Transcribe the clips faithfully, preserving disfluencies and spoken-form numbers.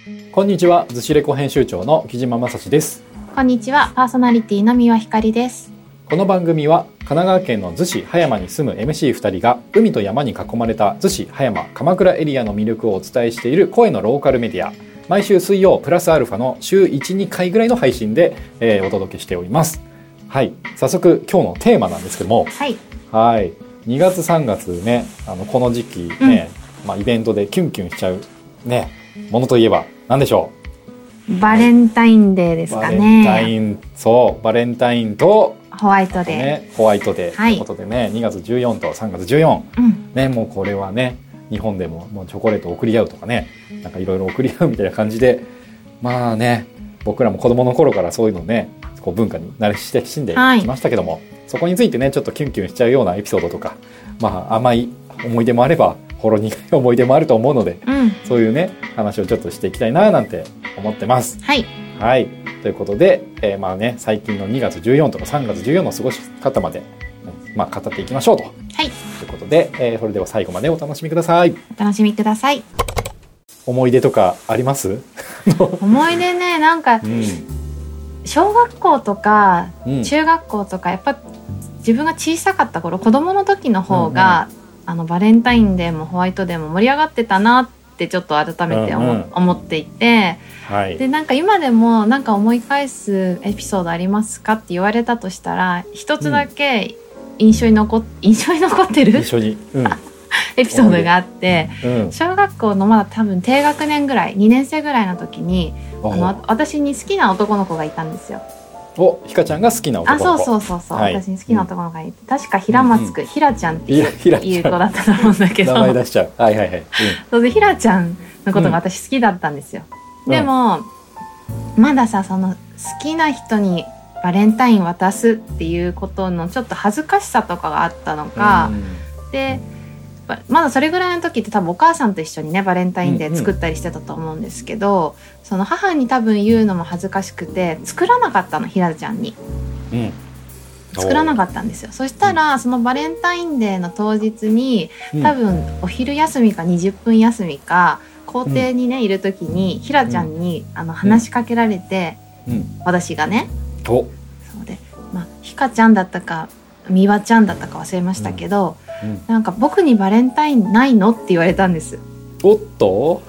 こんにちは、ずしレコ編集長の木島正史です。 こんにちは、パーソナリティの三輪ひかりです。 この番組は神奈川県の逗子葉山に住む エムシーふたりが海と山に囲まれた逗子葉山鎌倉エリアの魅力をお伝えしている声のローカルメディア、毎週水曜プラスアルファの週 いち,に 回ぐらいの配信で、えー、お届けしております。はい、早速今日のテーマなんですけども、 はい、 はいにがつさんがつね、あのこの時期ね、うんまあ、イベントでキュンキュンしちゃうねものといえば何でしょう。バレンタインデーですかね。 バレンタイン、そうバレンタインとホワイトデー、 ね、ホワイトデーということでね、はい、にがつじゅうよっかとさんがつじゅうよっか、うんね、もうこれはね日本でももうチョコレートを送り合うとかね、なんかいろいろ送り合うみたいな感じで、まあね僕らも子供の頃からそういうのねこう文化に慣れ親しんできましたけども、はい、そこについてねちょっとキュンキュンしちゃうようなエピソードとか、まあ甘い思い出もあればほろ苦い思い出もあると思うので、うん、そういうね話をちょっとしていきたいななんて思ってます。 はい、 はい、ということで、えー、まあね最近のにがつじゅうよっかとかさんがつじゅうよっかの過ごし方まで、まあ、語っていきましょうと、はい、ということで、えー、それでは最後までお楽しみください。 お楽しみください。 思い出とかあります？ 思い出ね、なんか、うん、小学校とか中学校とか、やっぱ自分が小さかった頃、子供の時の方が、うんうん、あのバレンタインデーもホワイトデーも盛り上がってたなってちょっと改めて 思,、うんうん、思っていて、はい、でなんか今でもなんか思い返すエピソードありますかって言われたとしたら、一つだけ印象に残っ、印象に残ってる印象に、うん、 エピソードがあって、うん、小学校のまだ多分低学年ぐらいにねん生ぐらいの時に、あの私に好きな男の子がいたんですよ。 お、ひかちゃんが好きな男の子。 あ、そうそうそうそう、はい、私に好きな男の子がいて、うん、確か平松くん、うん、ひらちゃんっていう子だったと思うんだけど、 名前出しちゃう。はいはいはい。うん、 そうでひらちゃんのことが私好きだったんですよ。うん、でも、うん、まださその好きな人にバレンタイン渡すっていうことのちょっと恥ずかしさとかがあったのか、うん、でまだそれぐらいの時って多分お母さんと一緒にねバレンタインデー作ったりしてたと思うんですけど、うんうん、その母に多分言うのも恥ずかしくて作らなかったの、ひらちゃんに、うん、作らなかったんですよ。そしたらそのバレンタインデーの当日に多分お昼休みかにじゅっぷん休みか校庭にね、うん、いる時にひらちゃんに、うん、あの話しかけられて、うん、私がね、おそうで、まあ、ひかちゃんだったかみわちゃんだったか忘れましたけど、うんうん、なんか僕にバレンタインないのって言われたんです。 おっと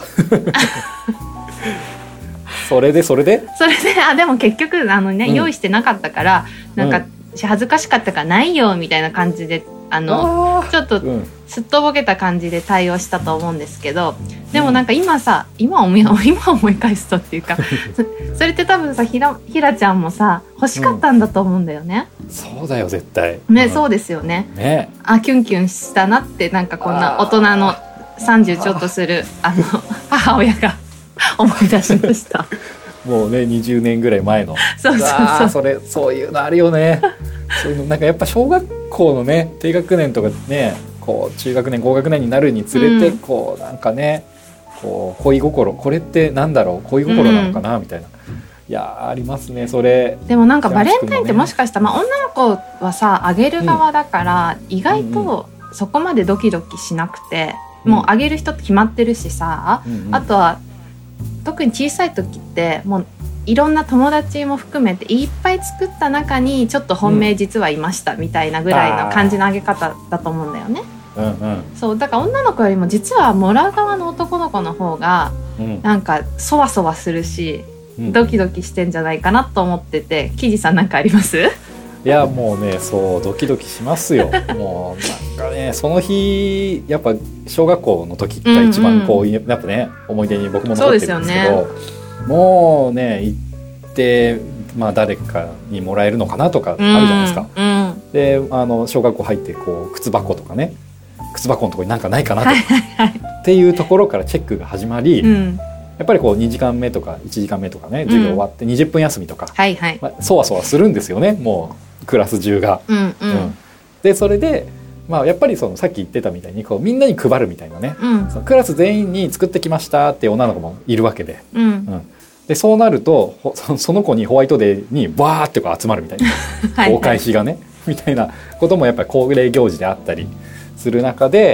それでそれでそれであでも結局あの、ねうん、用意してなかったからなんか、うん、恥ずかしかったからないよみたいな感じであのあちょっとすっとぼけた感じで対応したと思うんですけど、でもなんか今さ今思い、今思い返すとっていうかそ, それって多分さひら、ひらちゃんもさ欲しかったんだと思うんだよね、 うん、そうだよ絶対ね、 うん、 そうですよね。 ね、 あキュンキュンしたなって、なんかこんな大人のさんじゅうちょっとするあの母親が思い出しましたもうねにじゅうねんぐらい前のそうそうそう、 それそういうのあるよねそういうのなんかやっぱ小学校のね低学年とかねこう中学年高学年になるにつれて、うん、こうなんかねこう恋心、これってなんだろう恋心なのかな、うん、みたいな、いやありますねそれ。 でもなんかバレンタインってもしかしたら、まあ、女の子はさあげる側だから、うん、意外とそこまでドキドキしなくて、うん、もうあげる人って決まってるしさ、うんうん、あとは特に小さい時ってもういろんな友達も含めていっぱい作った中にちょっと本命実はいましたみたいなぐらいの感じのあげ方だと思うんだよね、うんうん、そうだから女の子よりも実はもらう側の男の子の方がなんかそわそわするし、うん、ドキドキしてんじゃないかなと思ってて、キジさんなんかあります？ いやもうねそうドキドキしますよもうなんかねその日やっぱ小学校の時が一番こう、うんうん、やっぱね思い出に僕も残ってるんですけど、もうね行って、まあ、誰かにもらえるのかなとかあるじゃないですか、うんうん、であの小学校入ってこう靴箱とかね靴箱のところになんかないかなとか、はいはいはい、っていうところからチェックが始まり、うん、やっぱりこうにじかんめとかいちじかんめとかね授業終わってにじゅっぷん休みとか、うんはいはいまあ、そわそわするんですよねもうクラス中が、うんうんうん、でそれでまあ、やっぱりそのさっき言ってたみたいにこうみんなに配るみたいなね、うん、そのクラス全員に作ってきましたっていう女の子もいるわけで、うんうん、でそうなるとその子にホワイトデーにバーってこう集まるみたいなはい、お返しがねみたいなこともやっぱり恒例行事であったりする中で、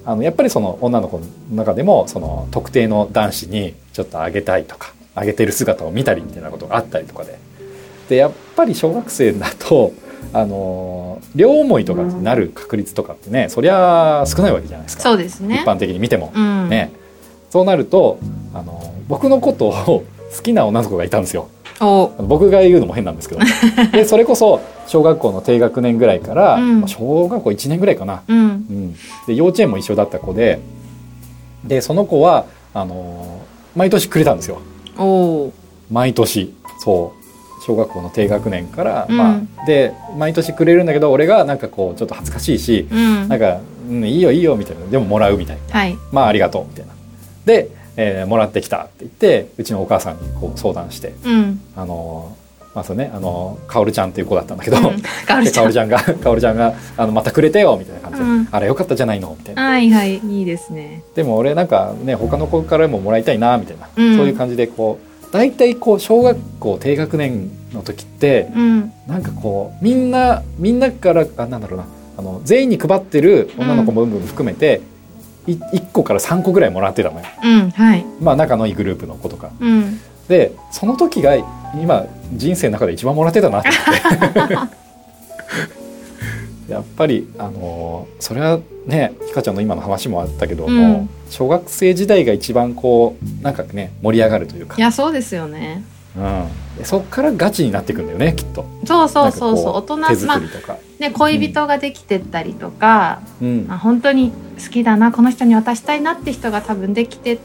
あのやっぱりその女の子の中でもその特定の男子にちょっとあげたいとかあげてる姿を見たりみたいなことがあったりとかで、でやっぱり小学生だとあの両思いとかになる確率とかってね、そりゃ少ないわけじゃないですか。 そうですね。 一般的に見ても、 うん、 ね。そうなるとあの僕のことを好きな女の子がいたんですよ。 お僕が言うのも変なんですけどでそれこそ小学校の低学年ぐらいから、うん、小学校いちねんぐらいかな、 うんうん、 で幼稚園も一緒だった子で、でその子はあの毎年くれたんですよ。 お毎年そう小学校の低学年から、 うんまあ、で毎年くれるんだけど俺がなんかこうちょっと恥ずかしいし、 うん、 なんか、うん、いいよいいよみたいな、でももらうみたいな、 はい、 まあありがとうみたいなで、えー、もらってきたって言ってうちのお母さんにこう相談して、 うん、 あのまあそうね、あのかおるちゃんっていう子だったんだけど、うん、 かおるちゃんがかおるちゃんがあのまたくれてよみたいな感じで、 うん、 あれよかったじゃないのみたいな、 はいはいいいですね。 でも俺なんかね他の子からももらいたいなみたいな、 うん、 そういう感じでこう大体こう小学校低学年の時って、 うん、 なんかこうみんなみんなからあなんだろうなあの全員に配ってる女の子も含めて、うん、いいっこからさんこぐらいもらってたのよ、 うんはい、 まあ仲のいいグループの子とか、 うん、 でその時が今人生の中で一番もらってたなって思ってやっぱりあのそれはねひかちゃんの今の話もあったけども、うん、小学生時代が一番こうなんかね盛り上がるというか、 いやそうですよね、 うん、そっからガチになっていくんだよねきっと。 そうそうそうそう、大人手作りとか、まあね、恋人ができてったりとか、 うんまあ、本当に好きだなこの人に渡したいなって人が多分できてって、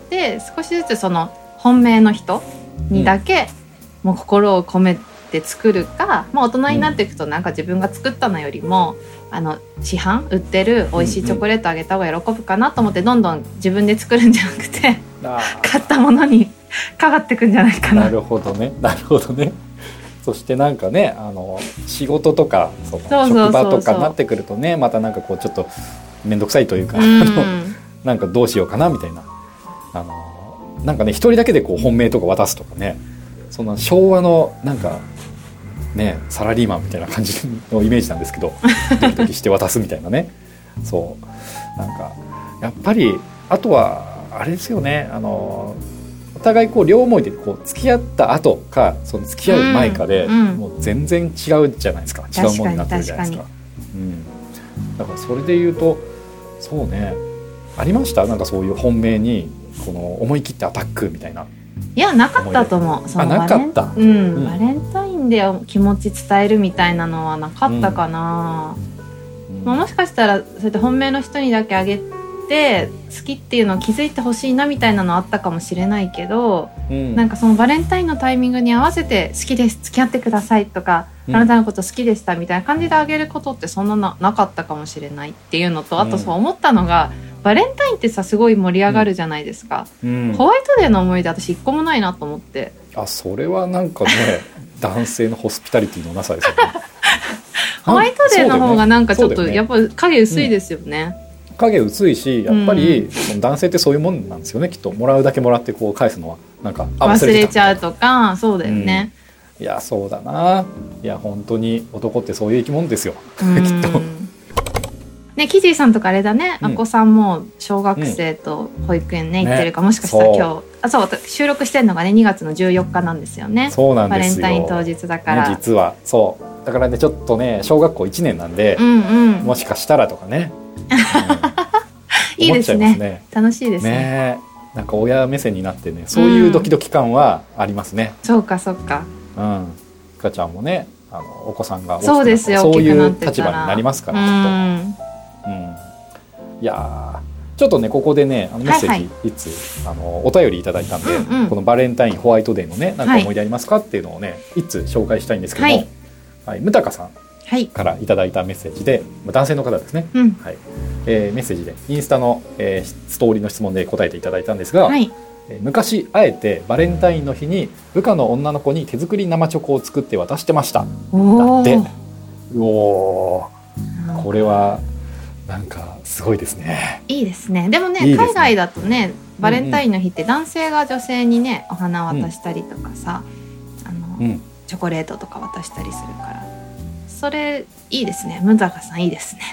少しずつその本命の人にだけもう心を込めて作るか、まあ、大人になっていくとなんか自分が作ったのよりも、うん、あの市販売ってる美味しいチョコレートあげた方が喜ぶかなと思って、どんどん自分で作るんじゃなくて買ったものに変わっていくんじゃないかな。 なるほどねなるほどね。そしてなんかねあの仕事とかその職場とかになってくるとね、またなんかこうちょっと面倒くさいというか、うん、なんかどうしようかなみたいな、あのなんかね一人だけでこう本命とか渡すとかね、その昭和のなんかねサラリーマンみたいな感じのイメージなんですけどドキドキして渡すみたいなね。そうなんかやっぱりあとはあれですよね、あのお互いこう両思いでこう付き合った後かその付き合う前かで、うんうん、もう全然違うじゃないですか。違うものになってるじゃないですか。うん、だからそれで言うとそうね、ありましたなんかそういう本命にこの思い切ってアタックみたいな。 いやなかったと思う。そのあなかった、 うんうん、バレンタインで気持ち伝えるみたいなのはなかったかな、うんうんまあ、もしかしたらそうやって本命の人にだけあげて好きっていうのを気づいてほしいなみたいなのあったかもしれないけど、うん、なんかそのバレンタインのタイミングに合わせて好きです付き合ってくださいとか、うん、あなたのこと好きでしたみたいな感じであげることってそんな な, なかったかもしれないっていうのと、あとそう思ったのが、うん、バレンタインってさすごい盛り上がるじゃないですか、うんうん、ホワイトデーの思い出私一個もないなと思って。 あそれはなんかね男性のホスピタリティのなさですよねホワイトデーの方がなんかちょっとやっぱり影薄いですよね。 影薄いしやっぱり、うん、男性ってそういうもんなんですよねきっと。もらうだけもらってこう返すのはなんか忘れちゃうとかそうだよね、 うん、いやそうだな。いや本当に男ってそういう生き物ですよきっとね。キジーさんとかあれだね、うん、あこさんも小学生と保育園ね、うん、行ってるか、もしかしたら今日あそう収録してるのがねにがつのじゅうよっかなんですよね。 そうなんですよ。 バレンタイン当日だから、 ね、実はそうだからねちょっとね小学校いちねんなんで、 うんうん、 もしかしたらとかね、 うん、いいですね。ね楽しいですね。 ねなんか親目線になってねそういうドキドキ感はありますね、 うん、そうかそうか。 うんひかちゃんもねあのお子さんが大きくなったらそうですよ、 そういう立場になりますからきっと、うん、いやちょっとねここでねあのメッセージ、はいはい、いつあのお便りいただいたんで、うんうん、このバレンタインホワイトデーのねなんか思い出ありますか、はい、っていうのをねいつ紹介したいんですけども、はいはい、むたかさんからいただいたメッセージで、はい、男性の方ですね、うんはいえー、メッセージでインスタの、えー、ストーリーの質問で答えていただいたんですが、はいえー、昔あえてバレンタインの日に部下の女の子に手作り生チョコを作って渡してました。だってうおこれはなんかすごいですね。 いいですね。でも ね, いいですね海外だとねバレンタインの日って男性が女性にねお花渡したりとかさ、うん、あの、うん、チョコレートとか渡したりするからそれいいですね。ムザカさんいいですね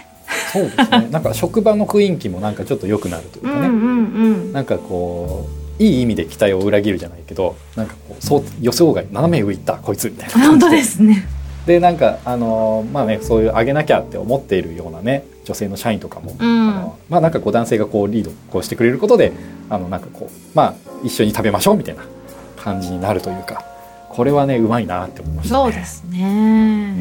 そうですね。なんか職場の雰囲気もなんかちょっと良くなるというかね、 うんうんうん、 なんかこういい意味で期待を裏切るじゃないけど、なんかこうそう予想外斜め上行ったこいつみたいな感じで、 本当ですね。 でなんかあのまあね、そういう上げなきゃって思っているようなね女性の社員とかも、 うん、 あのまあなんかこう男性がこうリードこうしてくれることで、あのなんかこうまあ一緒に食べましょうみたいな感じになるというか、これはねうまいなって思いましたね。 そうですね。 うん、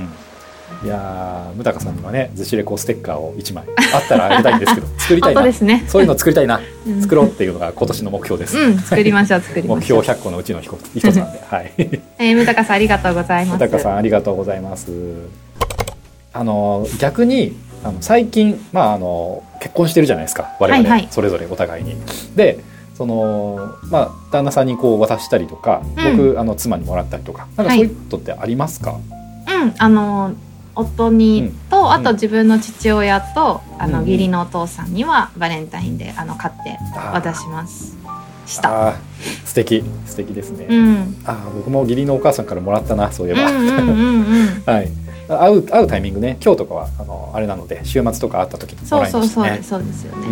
いやー、ムタカさんにはねズシレコステッカーをいちまいあったらあげたいんですけど作りたいな、 ですね、 そういうの作りたいな、 うん、 作ろうっていうのが今年の目標です、 うん、作りましょう作りましょう目標ひゃっこのうちの一つなんで、はい、 えー、ムタカさんありがとうございます。 ムタカさんありがとうございます。あの逆にあの最近、まあ、あの結婚してるじゃないですか我々、はいはい、それぞれお互いに。でその、まあ、旦那さんにこう渡したりとか、うん、僕あの妻にもらったりとか、なんかそういうことってありますか？はい、 うん、あの夫にと、うん、あと自分の父親と、うん、あの義理のお父さんにはバレンタインであの買って渡しますしたあ素敵素敵ですね、 うん、 あ僕も義理のお母さんからもらったなそういえば、 うんうんうんうんはい、会う、会うタイミングね、今日とかはあのあれなので週末とか会った時にもらいましたね。 そうそうそうそうですよね、うん、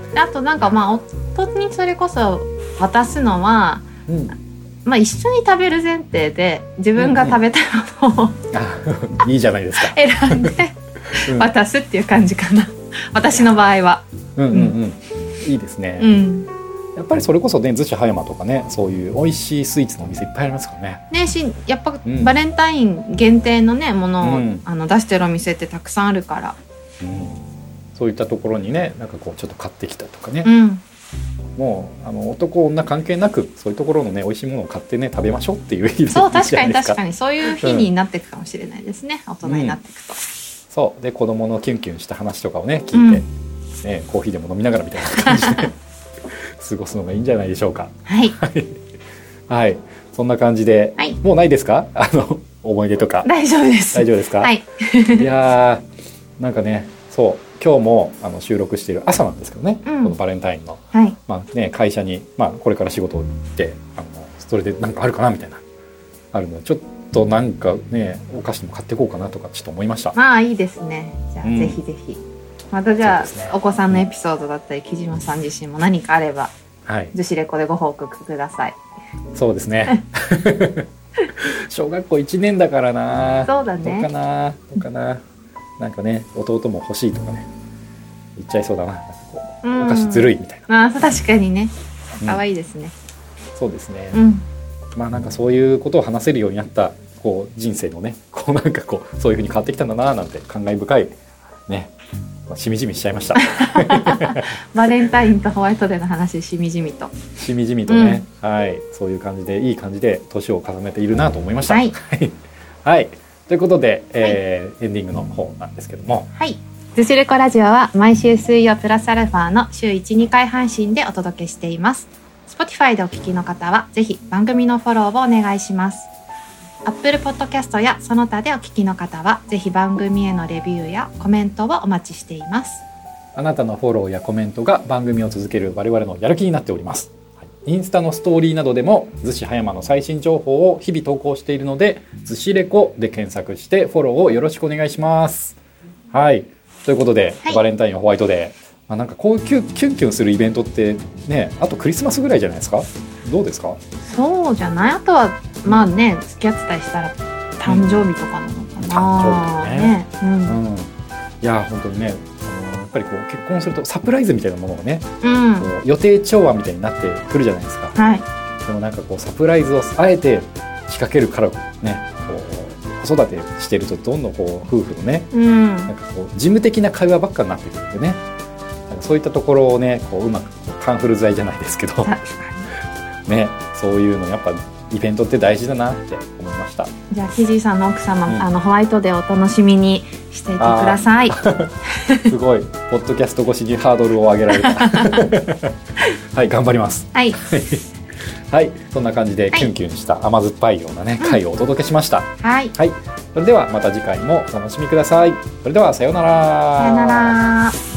であとなんかまあ夫にそれこそ渡すのは、うん、まあ、一緒に食べる前提で自分が食べたいものを、 うんうん、いいじゃないですか選んで渡すっていう感じかな私の場合は。 うんうんうん、いいですね、うん、やっぱりそれこそね逗子葉山とかね、そういう美味しいスイーツのお店いっぱいありますからね。 ねしやっぱ、うん、バレンタイン限定のねものを、うん、あの出してるお店ってたくさんあるから、 うん、そういったところにねなんかこうちょっと買ってきたとかね、 うん、 もうあの男女関係なくそういうところのね美味しいものを買ってね食べましょうっていう意味でそう確かに確かにそういう日になっていくかもしれないですね、うん、大人になっていくと、うん、 そうで子供のキュンキュンした話とかをね聞いて、うんね、コーヒーでも飲みながらみたいな感じで過ごすのがいいんじゃないでしょうか。 はいはい、そんな感じで、はい、もうないですかあの思い出とか。 大丈夫です大丈夫ですか、 はい、 いやなんかねそう今日もあの収録している朝なんですけどね、うん、このバレンタインの、 はい、 まあね、会社に、まあ、これから仕事を行ってあのそれでなんかあるかなみたいなあるのでちょっとなんかねお菓子も買っていこうかなとかちょっと思いました。 まあいいですね。じゃあ、うん、ぜひぜひまたじゃあ、ね、お子さんのエピソードだったり、うん、木島さん自身も何かあれば逗子レコでご報告ください。 そうですね小学校いちねんだからな。 そうだね。 どうかなどうかななんかね弟も欲しいとかね言っちゃいそうだな。なんかこう、うん、お菓子ずるいみたいな。 あ確かにね可愛いですね、 うん、そうですね、 うん、 まあなんかそういうことを話せるようになったこう人生のねこうなんかこうそういう風に変わってきたんだななんて感慨深いね、まあ、しみじみしちゃいましたバレンタインとホワイトデーの話しみじみとしみじみとね、うん、はいそういう感じでいい感じで年を重ねているなと思いました。 はい、 はい、ということで、えーはい、エンディングの方なんですけども、 はい逗子レコラジオは毎週水曜プラスアルファの週いち、にかい配信でお届けしています。Spotify でお聞きの方はぜひ番組のフォローをお願いします。Apple Podcast やその他でお聞きの方はぜひ番組へのレビューやコメントをお待ちしています。 あなたのフォローやコメントが番組を続ける我々のやる気になっております。インスタのストーリーなどでも逗子葉山の最新情報を日々投稿しているので逗子レコで検索してフォローをよろしくお願いします。はいということで、はい、バレンタインホワイトデー、まあ、なんかこういうキュンキュンキュンするイベントってねあとクリスマスぐらいじゃないですか。どうですか。 そうじゃない。あとはまあね付き合ってたりしたら誕生日とかなのかな、うん、誕生日ね、ねうんうん、 いや本当にねあのやっぱりこう結婚するとサプライズみたいなものがね、 うん、 こう予定調和みたいになってくるじゃないですか、 はい、 でもなんかこうサプライズをあえて仕掛けるからねこう子育てしてるとどんどんこう夫婦のね、 うん、 なんかこう事務的な会話ばっかになってくるんでね、なんかそういったところをねこううまくカンフル剤じゃないですけどねそういうのやっぱイベントって大事だなって思いました。 じゃあキジさんの奥様、うん、あのホワイトデーお楽しみにしていてくださいすごいポッドキャスト越しにハードルを上げられたはい頑張ります。 はいはい、そんな感じでキュンキュンした甘酸っぱいようなね、はい、回をお届けしました、 うん、はい、 はい、それではまた次回もお楽しみください。それではさようなら。 さようなら。